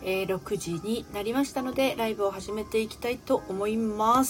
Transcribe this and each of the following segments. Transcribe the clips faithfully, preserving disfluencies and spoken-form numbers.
えー、ろくじになりましたのでライブを始めていきたいと思います。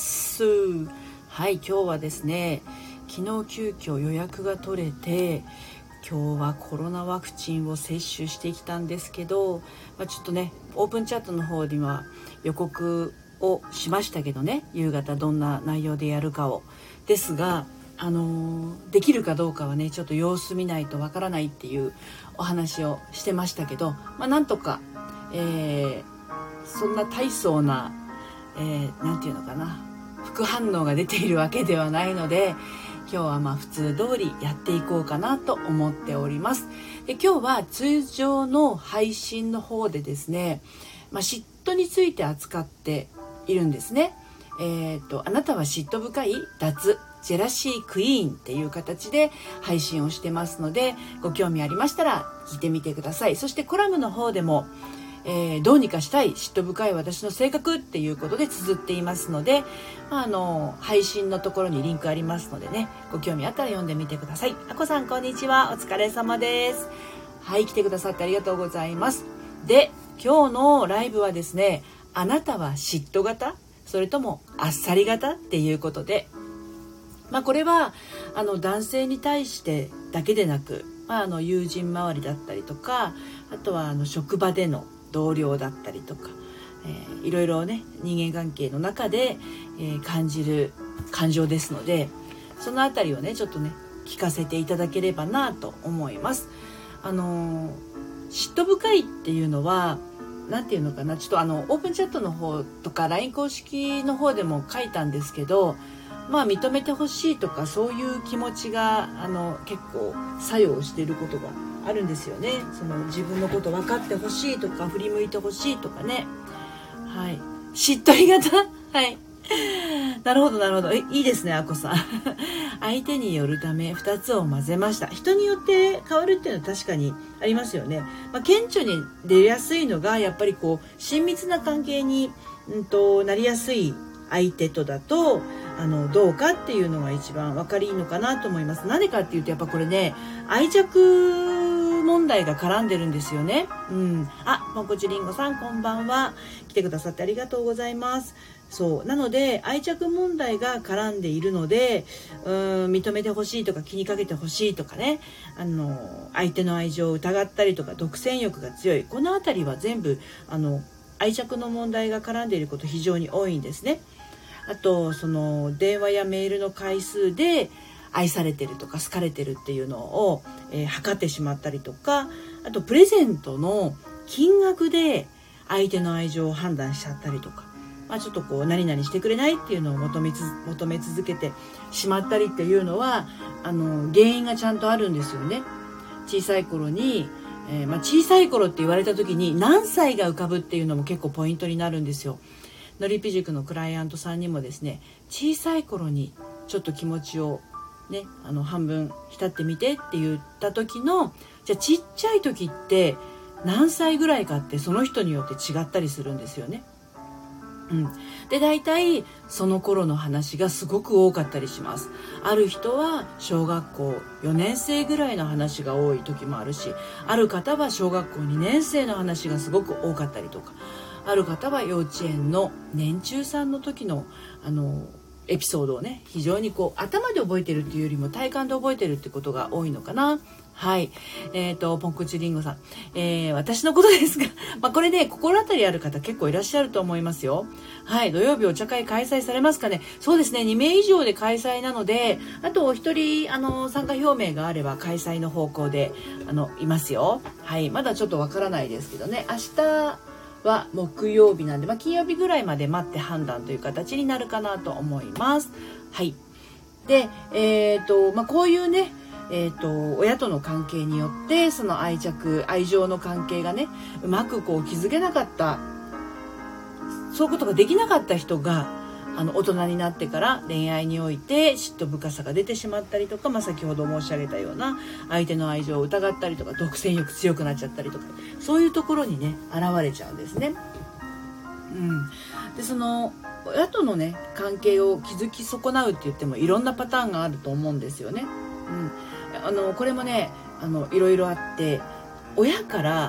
はい、今日はですね、昨日急遽予約が取れて、今日はコロナワクチンを接種してきたんですけど、まあ、ちょっとねオープンチャットの方には予告をしましたけどね、夕方どんな内容でやるかをですが、あのー、できるかどうかはねちょっと様子見ないとわからないっていうお話をしてましたけど、まあ、なんとか、えー、そんな大層な、えー、なんていうのかな、副反応が出ているわけではないので、今日はまあ普通通りやっていこうかなと思っております。で、今日は通常の配信の方でですね、まあ、嫉妬について扱っているんですね。えーと、あなたは嫉妬深い脱ジェラシークイーンっていう形で配信をしてますので、ご興味ありましたら聞いてみてください。そしてコラムの方でも、えー、どうにかしたい嫉妬深い私の性格っていうことで綴っていますので、あの配信のところにリンクありますのでね、ご興味あったら読んでみてください。あこさんこんにちは、お疲れ様です。はい、来てくださってありがとうございます。で、今日のライブはですね、あなたは嫉妬型それともあっさり型っていうことで、まあこれはあの男性に対してだけでなく、まあ、あの友人周りだったりとか、あとはあの職場での同僚だったりとか、えー、いろいろね人間関係の中で、えー、感じる感情ですので、そのあたりをねちょっとね聞かせていただければなと思います。あのー、嫉妬深いっていうのはなんていうのかな、ちょっとあのオープンチャットの方とか ライン 公式の方でも書いたんですけど、まあ認めてほしいとかそういう気持ちがあの結構作用していることがあるんですよね。その自分のこと分かってほしいとか振り向いてほしいとかね。はい、しっとり型はい、なるほどなるほど、えいいですね、あこさん相手によるためふたつを混ぜました。人によって変わるっていうのは確かにありますよね。まあ、顕著に出やすいのがやっぱりこう親密な関係に、うんと、なりやすい相手とだとあのどうかっていうのが一番分かりいいのかなと思います。何かっていうとやっぱこれね、愛着問題が絡んでるんですよね。うん、あ、ポンコチリンゴさんこんばんは、来てくださってありがとうございます。そうなので愛着問題が絡んでいるので、うーん認めてほしいとか気にかけてほしいとかね、あの相手の愛情を疑ったりとか独占欲が強い、このあたりは全部あの愛着の問題が絡んでいること非常に多いんですね。あとその電話やメールの回数で愛されてるとか好かれてるっていうのを、えー、測ってしまったりとか、あとプレゼントの金額で相手の愛情を判断しちゃったりとか、まあ、ちょっとこう何々してくれないっていうのを求めつ求め続けてしまったりっていうのはあの原因がちゃんとあるんですよね。小さい頃に、えーまあ、小さい頃って言われた時に何歳が浮かぶっていうのも結構ポイントになるんですよ。のりぴ塾のクライアントさんにもですね、小さい頃にちょっと気持ちをねあの半分浸ってみてって言った時の、じゃあちっちゃい時って何歳ぐらいかってその人によって違ったりするんですよね。うん、で大体その頃の話がすごく多かったりします。ある人は小学校よねん生ぐらいの話が多い時もあるし、ある方は小学校にねん生の話がすごく多かったりとか、ある方は幼稚園の年中さんの時のあのエピソードをね非常にこう頭で覚えてるっていうよりも体感で覚えてるってことが多いのかな。はい、えーとポンコチリンゴさん、えー、私のことですが、まあ、これね心当たりある方結構いらっしゃると思いますよ。はい、土曜日お茶会開催されますかね。そうですね、に名以上で開催なので、あとお一人あの参加表明があれば開催の方向であのいますよ。はい、まだちょっとわからないですけどね、明日は木曜日なんで、まあ、金曜日ぐらいまで待って判断という形になるかなと思います。はい。で、えーとまあ、こういうね、えーと親との関係によってその愛着愛情の関係がねうまくこう築けなかった、そういうことができなかった人があの大人になってから恋愛において嫉妬深さが出てしまったりとか、まあ、先ほど申し上げたような相手の愛情を疑ったりとか独占欲強くなっちゃったりとか、そういうところにね現れちゃうんですね。うん、でその親とのね関係を築き損なうって言ってもいろんなパターンがあると思うんですよね。うん、あのこれもねあのいろいろあって、親から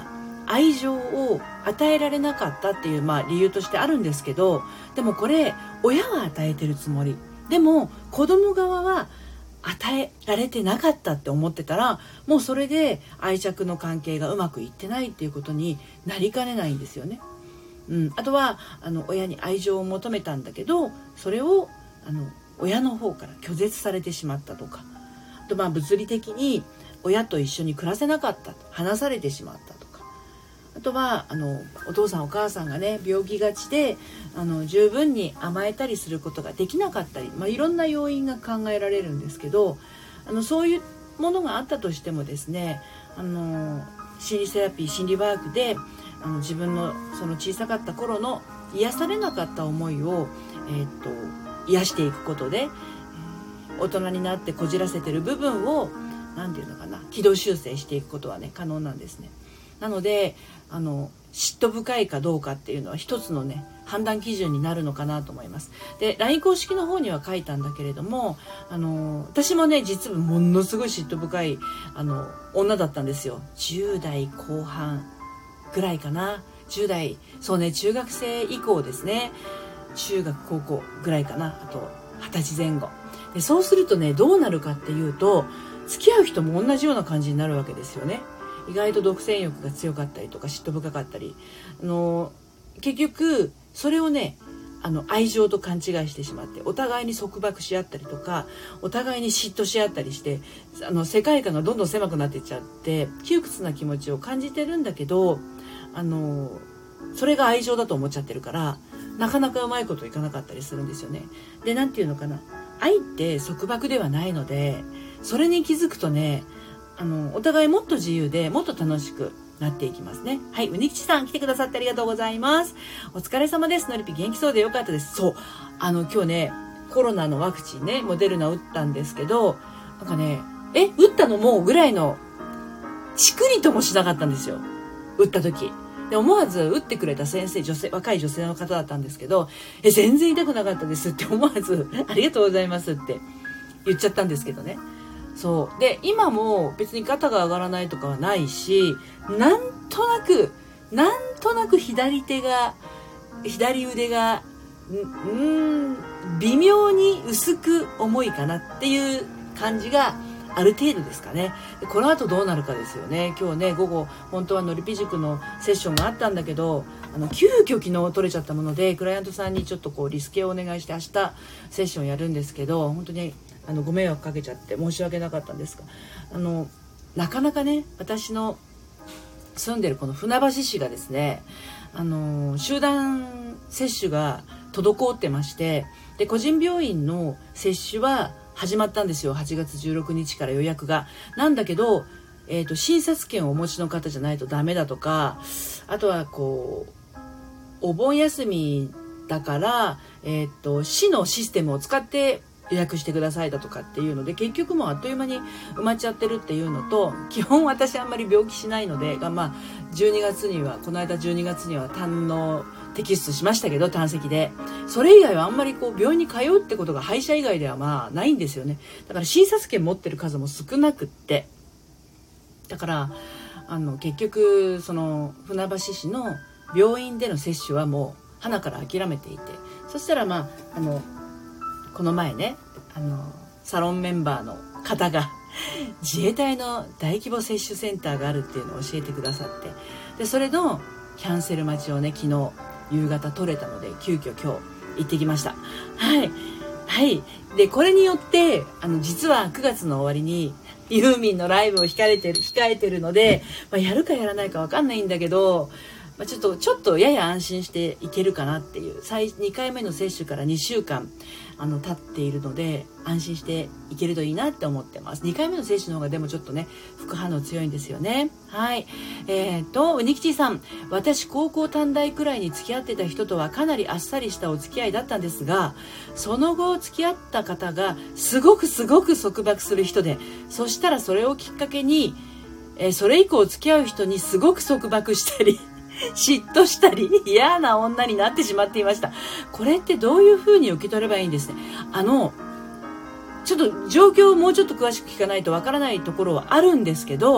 愛情を与えられなかったっていう、まあ、理由としてあるんですけど、でもこれ親は与えてるつもりでも子供側は与えられてなかったって思ってたら、もうそれで愛着の関係がうまくいってないっていうことになりかねないんですよね。うん、あとはあの親に愛情を求めたんだけど、それをあの親の方から拒絶されてしまったとか、あとまあ物理的に親と一緒に暮らせなかった、離されてしまったとか、あとはあのお父さんお母さんがね病気がちであの十分に甘えたりすることができなかったり、まあ、いろんな要因が考えられるんですけど、あのそういうものがあったとしてもですね、あの心理セラピー心理ワークであの自分のその小さかった頃の癒されなかった思いを、えー、っと癒していくことで、大人になってこじらせてる部分を何て言うのかな、軌道修正していくことはね可能なんですね。なのであの嫉妬深いかどうかっていうのは一つのね判断基準になるのかなと思います。で ライン 公式の方には書いたんだけれども、あの私もね実はものすごい嫉妬深いあの女だったんですよ。じゅう代後半ぐらいかな、じゅう代、そうね、中学生以降ですね、中学高校ぐらいかな、あとはたちぜん後で、そうするとねどうなるかっていうと、付き合う人も同じような感じになるわけですよね。意外と独占欲が強かったりとか嫉妬深かったり、あの結局それをねあの愛情と勘違いしてしまって、お互いに束縛し合ったりとか、お互いに嫉妬し合ったりして、あの世界観がどんどん狭くなっていっちゃって、窮屈な気持ちを感じてるんだけど、あのそれが愛情だと思っちゃってるから、なかなかうまいこといかなかったりするんですよね。で、なんていうのかな、愛って束縛ではないので、それに気づくとね、あのお互いもっと自由でもっと楽しくなっていきますね。はい、うにきちさん来てくださってありがとうございます。お疲れ様です。のりぴ元気そうでよかったです。そう、あの今日ねコロナのワクチンねモデルナ打ったんですけど、なんかねえ打ったのもうぐらいのチクリともしなかったんですよ、打った時で。思わず打ってくれた先生、女性、若い女性の方だったんですけど、え全然痛くなかったですって思わずありがとうございますって言っちゃったんですけどね。そうで今も別に肩が上がらないとかはないし、なんとなくなんとなく左手が左腕がんん微妙に薄く重いかなっていう感じがある程度ですかね。でこの後どうなるかですよね。今日ね午後本当はのりぴ塾のセッションがあったんだけど、あの急遽昨日取れちゃったもので、クライアントさんにちょっとこうリスケをお願いして明日セッションやるんですけど、本当にあのご迷惑かけちゃって申し訳なかったんですが、あのなかなかね私の住んでるこの船橋市がですね、あの集団接種が滞ってまして、で個人病院の接種は始まったんですよ。はちがつじゅうろくにちから予約がなんだけど、えーと、診察券をお持ちの方じゃないとダメだとか、あとはこうお盆休みだから、えーと、市のシステムを使って予約してくださいだとかっていうので、結局もうあっという間に埋まっちゃってるっていうのと、基本私あんまり病気しないので、がまあじゅうにがつにはこの間じゅうにがつには胆の摘出しましたけど、胆石で、それ以外はあんまりこう病院に通うってことが歯医者以外ではまあないんですよね。だから診察券持ってる数も少なくって、だからあの結局その船橋市の病院での接種はもう鼻から諦めていて、そしたらまああのこの前ねあのサロンメンバーの方が自衛隊の大規模接種センターがあるっていうのを教えてくださって、でそれのキャンセル待ちをね昨日夕方取れたので、急遽今日行ってきました。はいはいでこれによってあの実はくがつの終わりにユーミンのライブを控えてる控えてるので、まあ、やるかやらないか分かんないんだけど、まあ、ちょっとちょっとやや安心していけるかなっていう、最にかいめの接種からにしゅうかんあの経っているので安心していけるといいなって思ってます。にかいめの接種の方がでもちょっとね副反応強いんですよね。はいえーとうにきちさん、私高校短大くらいに付き合ってた人とはかなりあっさりしたお付き合いだったんですが、その後付き合った方がすごくすごく束縛する人で、そしたらそれをきっかけに、えー、それ以降付き合う人にすごく束縛したり嫉妬したり嫌な女になってしまっていました。これってどういう風に受け取ればいいんですね。あのちょっと状況をもうちょっと詳しく聞かないとわからないところはあるんですけど、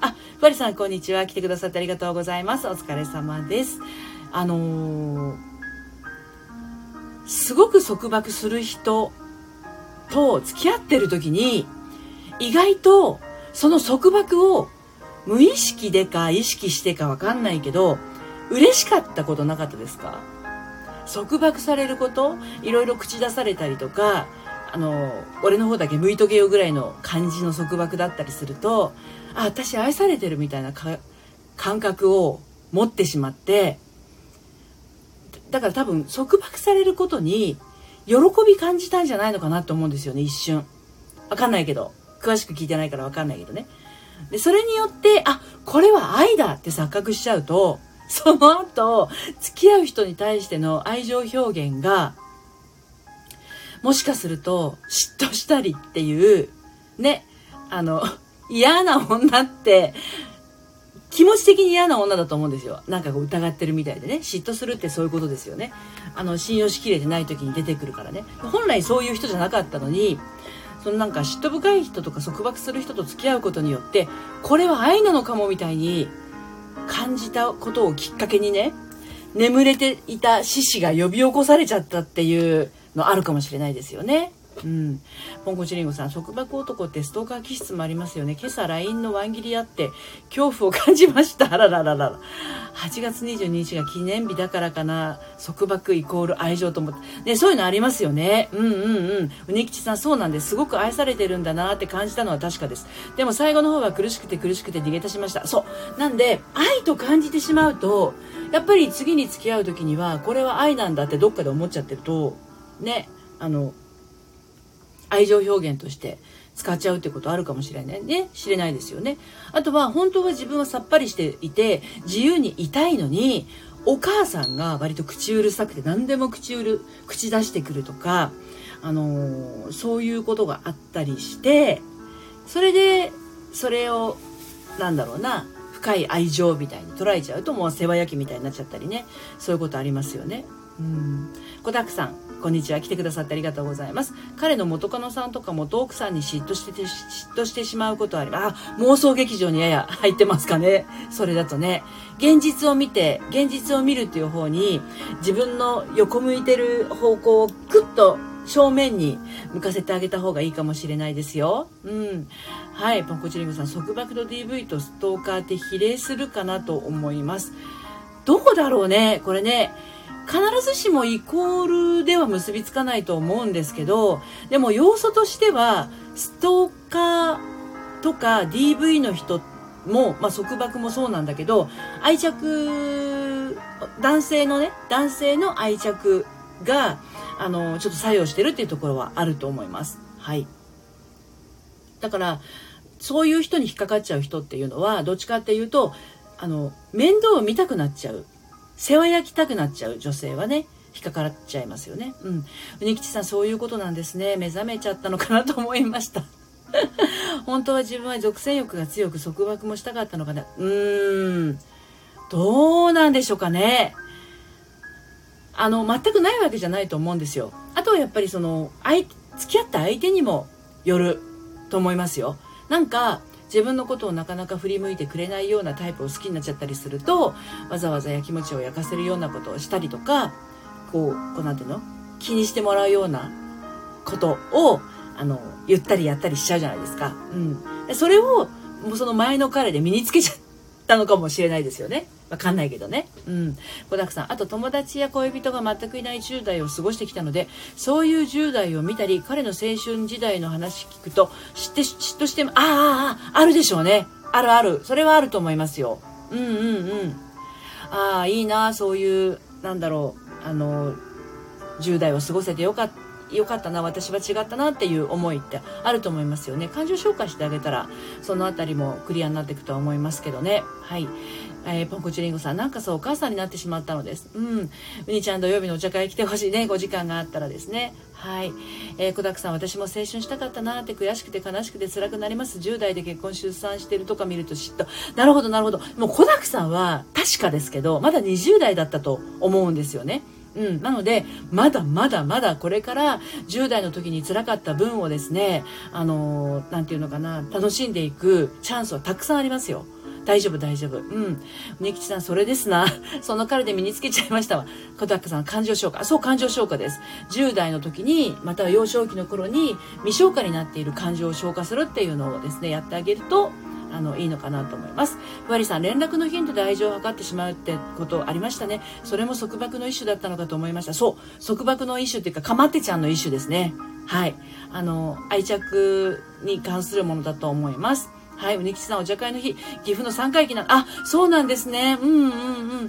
あ、ふわりさんこんにちは。来てくださってありがとうございます。お疲れ様です。あのー、すごく束縛する人と付き合ってる時に、意外とその束縛を無意識でか意識してかわかんないけど、嬉しかったことなかったですか？束縛されること、いろいろ口出されたりとか、あの俺の方だけ向いとけよぐらいの感じの束縛だったりすると、あ、私愛されてるみたいなか感覚を持ってしまって、だから多分束縛されることに喜び感じたんじゃないのかなと思うんですよね。一瞬わかんないけど、詳しく聞いてないからわかんないけどね。でそれによって、あ、これは愛だって錯覚しちゃうと、その後付き合う人に対しての愛情表現がもしかすると嫉妬したりっていうね、あの嫌な女って気持ち的に嫌な女だと思うんですよ。なんかこう疑ってるみたいでね。嫉妬するってそういうことですよね。あの信用しきれてない時に出てくるからね。本来そういう人じゃなかったのに、そのなんか嫉妬深い人とか束縛する人と付き合うことによって、これは愛なのかもみたいに感じたことをきっかけにね、眠れていた獅子が呼び起こされちゃったっていうのあるかもしれないですよね。うん。ポンコチリンゴさん、束縛男ってストーカー気質もありますよね。今朝 ライン のワン切りあって恐怖を感じました。あらららら。はちがつにじゅうににちが記念日だからかな。束縛イコール愛情と思って。ね、そういうのありますよね。うんうんうん。うにきちさん、そうなんです。すごく愛されてるんだなって感じたのは確かです。でも最後の方は苦しくて苦しくて逃げ出しました。そう。なんで、愛と感じてしまうと、やっぱり次に付き合う時には、これは愛なんだってどっかで思っちゃってると、ね、あの、愛情表現として使っちゃうってことあるかもしれないね。知れないですよね。あとは本当は自分はさっぱりしていて自由にいたいのに、お母さんが割と口うるさくて何でも口うる口出してくるとか、あのー、そういうことがあったりして、それでそれをなんだろうな、深い愛情みたいに捉えちゃうと、もう世話焼きみたいになっちゃったりね。そういうことありますよね。うん。小沢さん、こんにちは。来てくださってありがとうございます。彼の元カノさんとか元奥さんに嫉妬してて、嫉妬してしまうことはあります。あ、妄想劇場にやや入ってますかね。それだとね、現実を見て、現実を見るっていう方に、自分の横向いてる方向をグッと正面に向かせてあげた方がいいかもしれないですよ。うん。はい、ポンコチリンゴさん、束縛と ディーブイ とストーカーって比例するかなと思います。どこだろうね、これね。必ずしもイコールでは結びつかないと思うんですけど、でも要素としてはストーカーとか ディーブイ の人も、まあ、束縛もそうなんだけど、愛着、男性のね、男性の愛着があのちょっと作用してるっていうところはあると思います。はい。だからそういう人に引っかかっちゃう人っていうのはどっちかっていうと、あの面倒を見たくなっちゃう、世話焼きたくなっちゃう女性はね、引っかかっちゃいますよね。うん。うにきちさん、そういうことなんですね。目覚めちゃったのかなと思いました。本当は自分は属性欲が強く束縛もしたかったのかな。うーん。どうなんでしょうかね。あの、全くないわけじゃないと思うんですよ。あとはやっぱりその、相、付き合った相手にもよると思いますよ。なんか、自分のことをなかなか振り向いてくれないようなタイプを好きになっちゃったりすると、わざわざやきもちを焼かせるようなことをしたりとか、こう、こうなんていうの？気にしてもらうようなことを、あの、言ったりやったりしちゃうじゃないですか。うん。それを、もうその前の彼で身につけちゃったのかもしれないですよね。わかんないけどね。うん。小沢さん、あと友達や恋人が全くいないじゅう代を過ごしてきたので、そういうじゅう代を見たり、彼の青春時代の話聞くと、知って、嫉妬しても、ああ、ああ、あるでしょうね。あるある。それはあると思いますよ。うんうんうん。ああ、いいな、そういう、なんだろう、あの、じゅう代を過ごせてよかった。よかったな、私は違ったなっていう思いってあると思いますよね。感情紹介してあげたらそのあたりもクリアになっていくとは思いますけどね。はい、えー、ポンコチリンゴさん、なんかそうお母さんになってしまったのです。うん。うにちゃん、土曜日のお茶会来てほしいね、ご時間があったらですね。はい、えー、小沢さん、私も青春したかったなって、悔しくて悲しくて辛くなります。じゅう代で結婚出産してるとか見ると嫉妬。なるほどなるほど。もう小沢さんは確かですけどまだにじゅう代だったと思うんですよね。 うん、なのでまだまだまだこれからじゅう代の時に辛かった分をですね、あのー、なんていうのかな、楽しんでいくチャンスはたくさんありますよ。大丈夫大丈夫。うん。みきちさん、それですな。その彼で身につけちゃいましたわ。小高さん、感情消化。そう、感情消化です。じゅう代の時に、または幼少期の頃に未消化になっている感情を消化するっていうのをですね、やってあげると、あの、いいのかなと思います。ふわりさん、連絡の頻度で愛情を測ってしまうってことありましたね。それも束縛の一種だったのかと思いました。そう、束縛の一種っていうか、かまってちゃんの一種ですね。はい。あの、愛着に関するものだと思います。はい、うにきちさん、お茶会の日、岐阜のさんかい忌な、あ、そうなんですね。うんうんうん。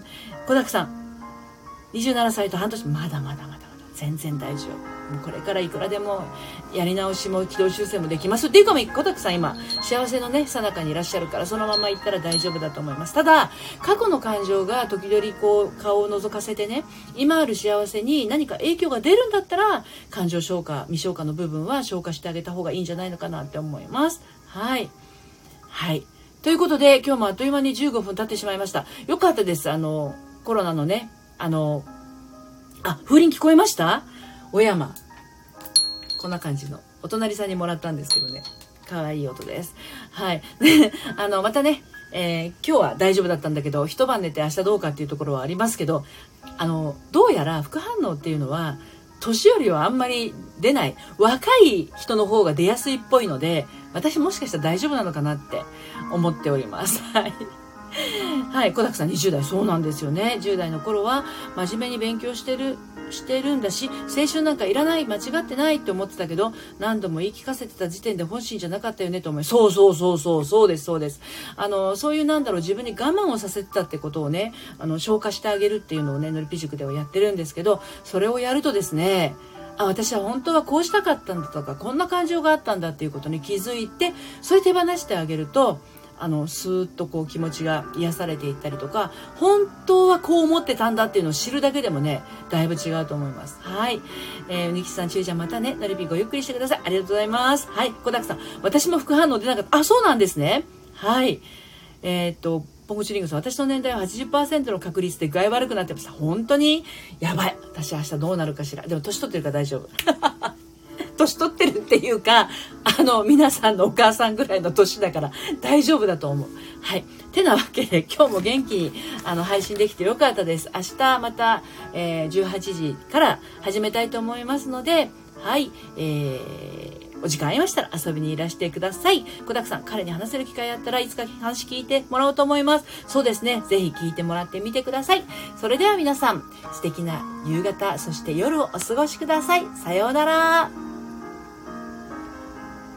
小高さん、にじゅうななさいと半年、まだまだまだまだ、全然大丈夫。もうこれからいくらでもやり直しも軌道修正もできます。っていうか、小高さん今、幸せのね、最中にいらっしゃるから、そのまま行ったら大丈夫だと思います。ただ、過去の感情が時々こう、顔を覗かせてね、今ある幸せに何か影響が出るんだったら、感情消化、未消化の部分は消化してあげた方がいいんじゃないのかなって思います。はい。はい。ということで、今日もあっという間にじゅうごふん経ってしまいました。よかったです。あの、コロナのね、あの、あ、風鈴聞こえました？お山。こんな感じの。お隣さんにもらったんですけどね。かわいい音です。はい。あの、またね、えー、今日は大丈夫だったんだけど、一晩寝て明日どうかっていうところはありますけど、あの、どうやら副反応っていうのは、年寄りはあんまり出ない。若い人の方が出やすいっぽいので、私もしかしたら大丈夫なのかなって思っております。はい。はい。小高さんにじゅう代、そうなんですよね。じゅう代の頃は真面目に勉強してる、してるんだし、青春なんかいらない、間違ってないって思ってたけど、何度も言い聞かせてた時点で本心じゃなかったよねと思い、そうそうそうそう、そうです、そうです。あの、そういうなんだろう、自分に我慢をさせてたってことをね、あの、消化してあげるっていうのをね、のりぴ塾ではやってるんですけど、それをやるとですね、あ、私は本当はこうしたかったんだとか、こんな感情があったんだっていうことに気づいて、それ手放してあげると、あのスーッとこう気持ちが癒されていったりとか、本当はこう思ってたんだっていうのを知るだけでもね、だいぶ違うと思います。はい、えー、うにきさん、ちゅうちゃん、またね、のりぴごゆっくりしてください。ありがとうございます。はい、小高さん、私も副反応出なかった。あ、そうなんですね。はい、えー、っとポンコチリングさん、私の年代は はちじゅっパーセント の確率で具合悪くなってました。本当にやばい。私明日どうなるかしら。でも年取ってるから大丈夫。年取ってるっていうか、あの皆さんのお母さんぐらいの年だから大丈夫だと思う。はい。てなわけで、今日も元気にあの配信できてよかったです。明日また、えー、じゅうはちじから始めたいと思いますので、はい、えーお時間ありましたら遊びにいらしてください。小高さん、彼に話せる機会あったらいつか話聞いてもらおうと思います。そうですね。ぜひ聞いてもらってみてください。それでは皆さん、素敵な夕方、そして夜をお過ごしください。さようなら。